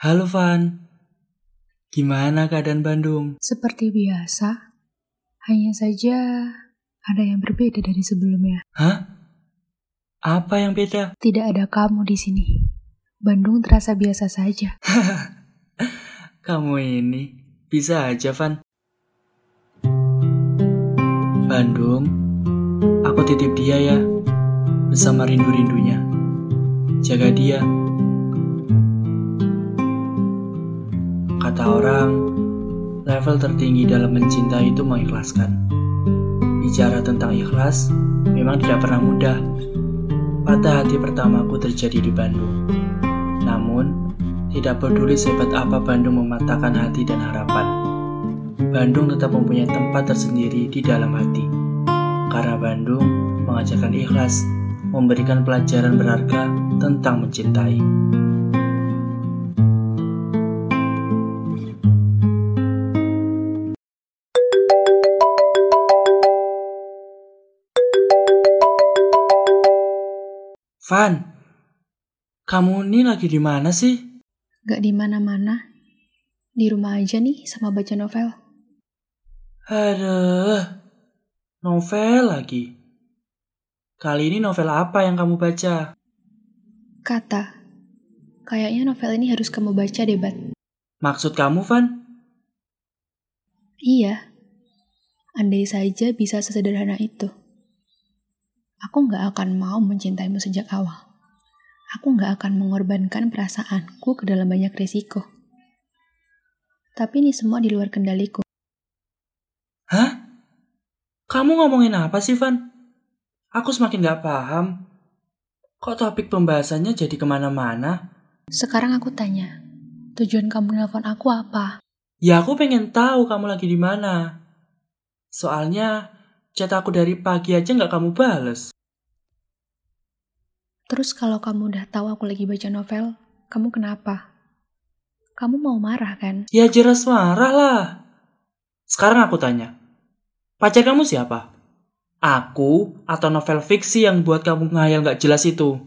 Halo Van, gimana keadaan Bandung? Seperti biasa, hanya saja ada yang berbeda dari sebelumnya. Hah? Apa yang beda? Tidak ada kamu di sini. Bandung terasa biasa saja. Kamu ini bisa aja Van. Bandung, aku titip dia ya, bersama rindu-rindunya. Jaga dia. Kata orang, level tertinggi dalam mencintai itu mengikhlaskan. Bicara tentang ikhlas, memang tidak pernah mudah. Patah hati pertamaku terjadi di Bandung. Namun, tidak peduli sehebat apa Bandung mematahkan hati dan harapan, Bandung tetap mempunyai tempat tersendiri di dalam hati. Karena Bandung mengajarkan ikhlas, memberikan pelajaran berharga tentang mencintai. Van, kamu ini lagi di mana sih? Gak di mana-mana. Di rumah aja nih sama baca novel. Aduh, novel lagi. Kali ini novel apa yang kamu baca? Kata, kayaknya novel ini harus kamu baca deh, Bat. Maksud kamu, Van? Iya, andai saja bisa sesederhana itu. Aku gak akan mau mencintaimu sejak awal. Aku gak akan mengorbankan perasaanku ke dalam banyak risiko. Tapi ini semua di luar kendaliku. Hah? Kamu ngomongin apa sih, Van? Aku semakin gak paham. Kok topik pembahasannya jadi kemana-mana? Sekarang aku tanya, tujuan kamu nelpon aku apa? Ya aku pengen tahu kamu lagi di mana. Soalnya chat aku dari pagi aja gak kamu bales. Terus kalau kamu udah tahu aku lagi baca novel, kamu kenapa? Kamu mau marah kan? Ya jelas marah lah. Sekarang aku tanya, pacar kamu siapa? Aku atau novel fiksi yang buat kamu ngayal gak jelas itu?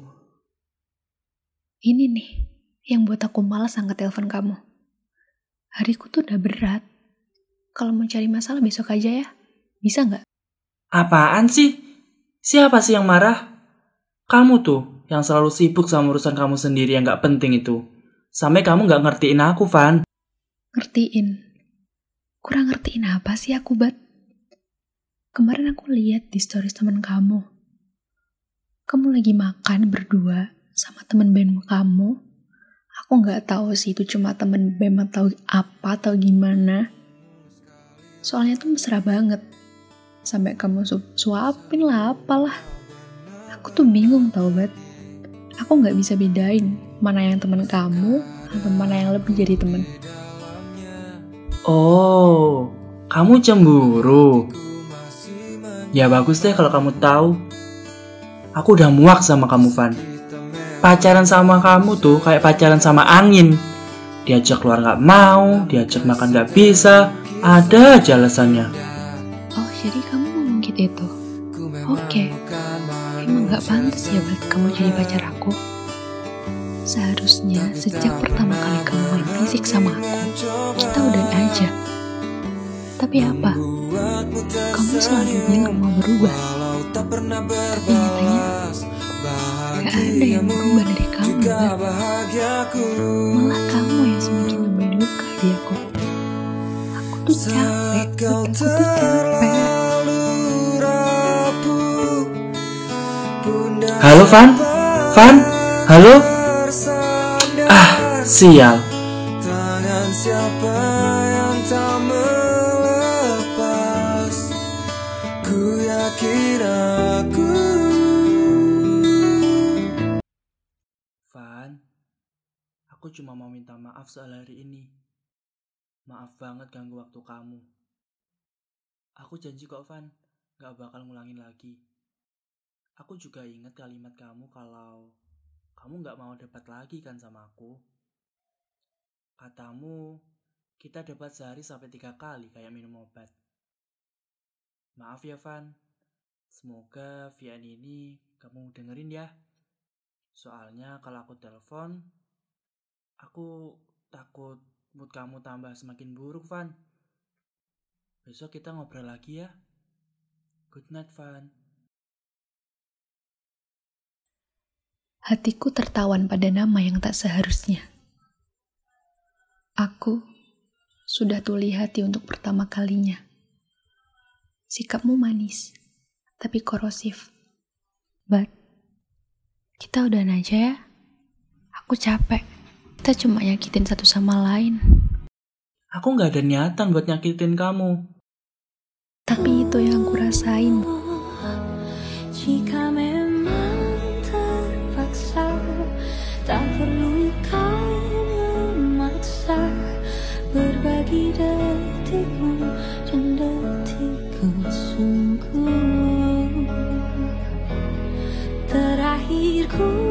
Ini nih, yang buat aku malas angkat telepon kamu. Hariku tuh udah berat. Kalau mau cari masalah besok aja ya. Bisa nggak? Apaan sih? Siapa sih yang marah? Kamu tuh yang selalu sibuk sama urusan kamu sendiri yang gak penting itu. Sampai kamu gak ngertiin aku, Van. Ngertiin? Kurang ngertiin apa sih aku, Bat? Kemarin aku lihat di stories temen kamu. Kamu lagi makan berdua sama temen band kamu. Aku nggak tahu sih itu cuma temen band atau apa atau gimana. Soalnya tuh mesra banget. Sampai kamu suapin lah apalah. Aku tuh bingung tau, Bat. Aku nggak bisa bedain mana yang temen kamu atau mana yang lebih jadi temen. Oh, kamu cemburu. Ya bagus deh kalau kamu tahu. Aku udah muak sama kamu, Van. Pacaran sama kamu tuh kayak pacaran sama angin. Diajak keluar gak mau, diajak makan gak bisa. Ada aja alasannya. Oh, jadi kamu ngomong gitu itu? Oke. Emang gak pantas ya buat kamu jadi pacar aku? Seharusnya sejak pertama kali kamu main fisik sama aku, kita udah aja. Tapi apa? Kamu selalu bilang mau berubah. Tapi nyatanya gak ada yang berubah dari kamu, Bat. Malah kamu yang semakin nambah luka di aku. Aku tuh capek, Bat. Aku tuh capek. Halo, Van? Van? Halo? Ah, sial. Tangan siapa yang tak melepas? Ku yakin aku. Van, aku cuma mau minta maaf soal hari ini. Maaf banget ganggu waktu kamu. Aku janji kok, Van, gak bakal ngulangin lagi. Aku juga ingat kalimat kamu kalau kamu gak mau debat lagi kan sama aku. Katamu, kita debat sehari sampai 3 kali kayak minum obat. Maaf ya, Van. Semoga VN ini kamu dengerin ya. Soalnya kalau aku telepon, aku takut mood kamu tambah semakin buruk, Van. Besok kita ngobrol lagi ya. Good night, Van. Hatiku tertawan pada nama yang tak seharusnya. Aku sudah tuli hati untuk pertama kalinya. Sikapmu manis, tapi korosif. But, kita udahan aja ya. Aku capek. Kita cuma nyakitin satu sama lain. Aku gak ada niatan buat nyakitin kamu. Tapi itu yang aku rasain. Jika memang terpaksa, tak perlu kau memaksa. Berbagi detikmu dan detikku sungguh. Terakhir ku